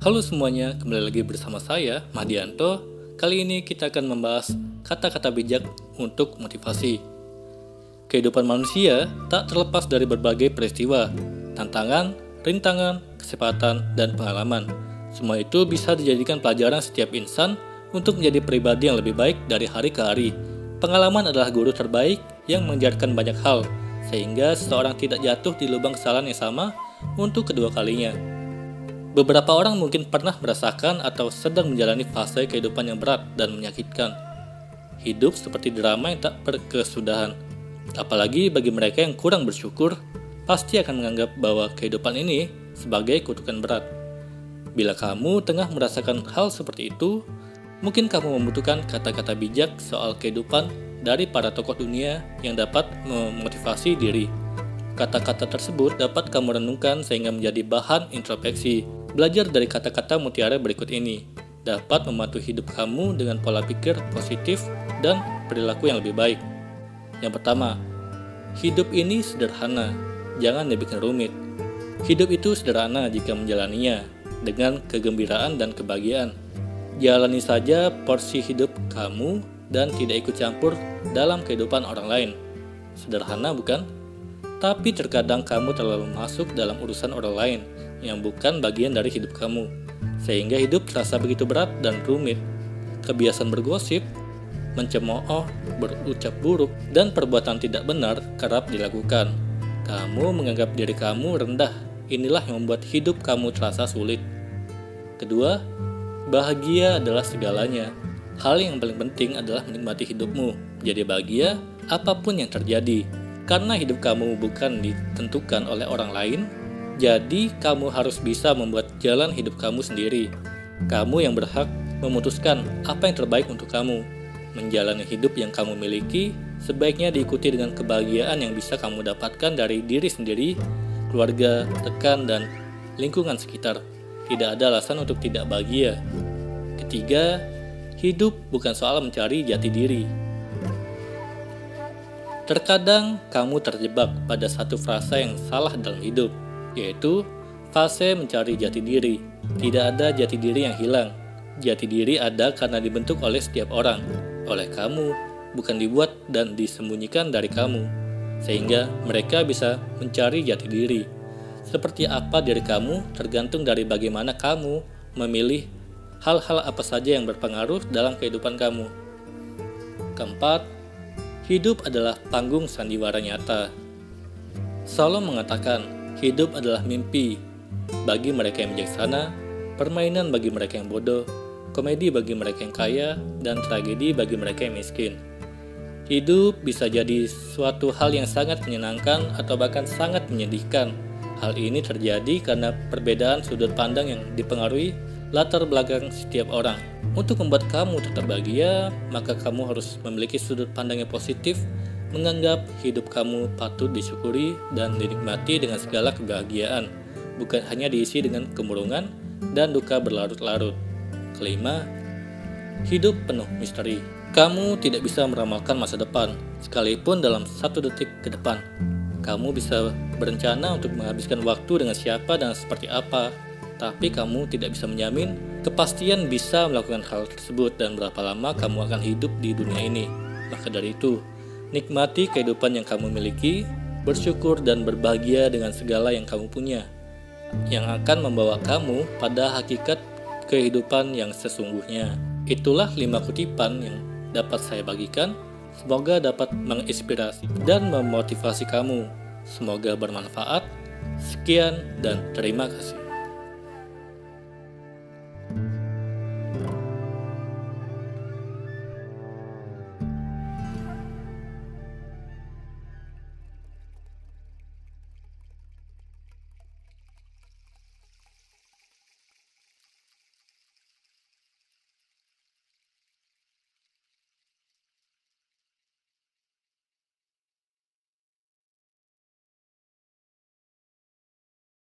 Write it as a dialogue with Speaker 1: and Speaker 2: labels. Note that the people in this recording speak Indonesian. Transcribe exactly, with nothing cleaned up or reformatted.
Speaker 1: Halo semuanya, kembali lagi bersama saya, Mahdianto. Kali ini kita akan membahas kata-kata bijak untuk motivasi. Kehidupan manusia tak terlepas dari berbagai peristiwa, tantangan, rintangan, kesempatan, dan pengalaman. Semua itu bisa dijadikan pelajaran setiap insan untuk menjadi pribadi yang lebih baik dari hari ke hari. Pengalaman adalah guru terbaik yang mengajarkan banyak hal, sehingga seseorang tidak jatuh di lubang kesalahan yang sama untuk kedua kalinya. Beberapa orang mungkin pernah merasakan atau sedang menjalani fase kehidupan yang berat dan menyakitkan. Hidup seperti drama yang tak berkesudahan. Apalagi bagi mereka yang kurang bersyukur, pasti akan menganggap bahwa kehidupan ini sebagai kutukan berat. Bila kamu tengah merasakan hal seperti itu, mungkin kamu membutuhkan kata-kata bijak soal kehidupan dari para tokoh dunia yang dapat memotivasi diri. Kata-kata tersebut dapat kamu renungkan sehingga menjadi bahan introspeksi. Belajar dari kata-kata mutiara berikut ini dapat membantu hidup kamu dengan pola pikir positif dan perilaku yang lebih baik. Yang pertama, hidup ini sederhana, jangan dibikin rumit. Hidup itu sederhana jika menjalaninya dengan kegembiraan dan kebahagiaan. Jalani saja porsi hidup kamu dan tidak ikut campur dalam kehidupan orang lain. Sederhana bukan? Tapi terkadang kamu terlalu masuk dalam urusan orang lain yang bukan bagian dari hidup kamu, sehingga hidup terasa begitu berat dan rumit. Kebiasaan bergosip, mencemooh, berucap buruk, dan perbuatan tidak benar kerap dilakukan. Kamu menganggap diri kamu rendah. Inilah yang membuat hidup kamu terasa sulit. Kedua, bahagia adalah segalanya. Hal yang paling penting adalah menikmati hidupmu. Jadi bahagia apapun yang terjadi. Karena hidup kamu bukan ditentukan oleh orang lain, jadi kamu harus bisa membuat jalan hidup kamu sendiri. Kamu yang berhak memutuskan apa yang terbaik untuk kamu. Menjalani hidup yang kamu miliki sebaiknya diikuti dengan kebahagiaan yang bisa kamu dapatkan dari diri sendiri, keluarga, rekan, dan lingkungan sekitar. Tidak ada alasan untuk tidak bahagia. Ketiga, hidup bukan soal mencari jati diri. Terkadang kamu terjebak pada satu frasa yang salah dalam hidup, yaitu fase mencari jati diri. Tidak ada jati diri yang hilang. Jati diri ada karena dibentuk oleh setiap orang, oleh kamu, bukan dibuat dan disembunyikan dari kamu, sehingga mereka bisa mencari jati diri. Seperti apa diri kamu tergantung dari bagaimana kamu memilih hal-hal apa saja yang berpengaruh dalam kehidupan kamu. Keempat, hidup adalah panggung sandiwara nyata. Solom mengatakan, hidup adalah mimpi bagi mereka yang bijaksana, permainan bagi mereka yang bodoh, komedi bagi mereka yang kaya, dan tragedi bagi mereka yang miskin. Hidup bisa jadi suatu hal yang sangat menyenangkan atau bahkan sangat menyedihkan. Hal ini terjadi karena perbedaan sudut pandang yang dipengaruhi latar belakang setiap orang. Untuk membuat kamu tetap bahagia, maka kamu harus memiliki sudut pandang yang positif, menganggap hidup kamu patut disyukuri dan dinikmati dengan segala kebahagiaan, bukan hanya diisi dengan kemurungan dan duka berlarut-larut. Kelima, hidup penuh misteri. Kamu tidak bisa meramalkan masa depan, sekalipun dalam satu detik ke depan. Kamu bisa berencana untuk menghabiskan waktu dengan siapa dan seperti apa, tapi kamu tidak bisa menjamin kepastian bisa melakukan hal tersebut dan berapa lama kamu akan hidup di dunia ini. Maka dari itu, nikmati kehidupan yang kamu miliki, bersyukur dan berbahagia dengan segala yang kamu punya, yang akan membawa kamu pada hakikat kehidupan yang sesungguhnya. Itulah lima kutipan yang dapat saya bagikan. Semoga dapat menginspirasi dan memotivasi kamu. Semoga bermanfaat. Sekian dan terima kasih.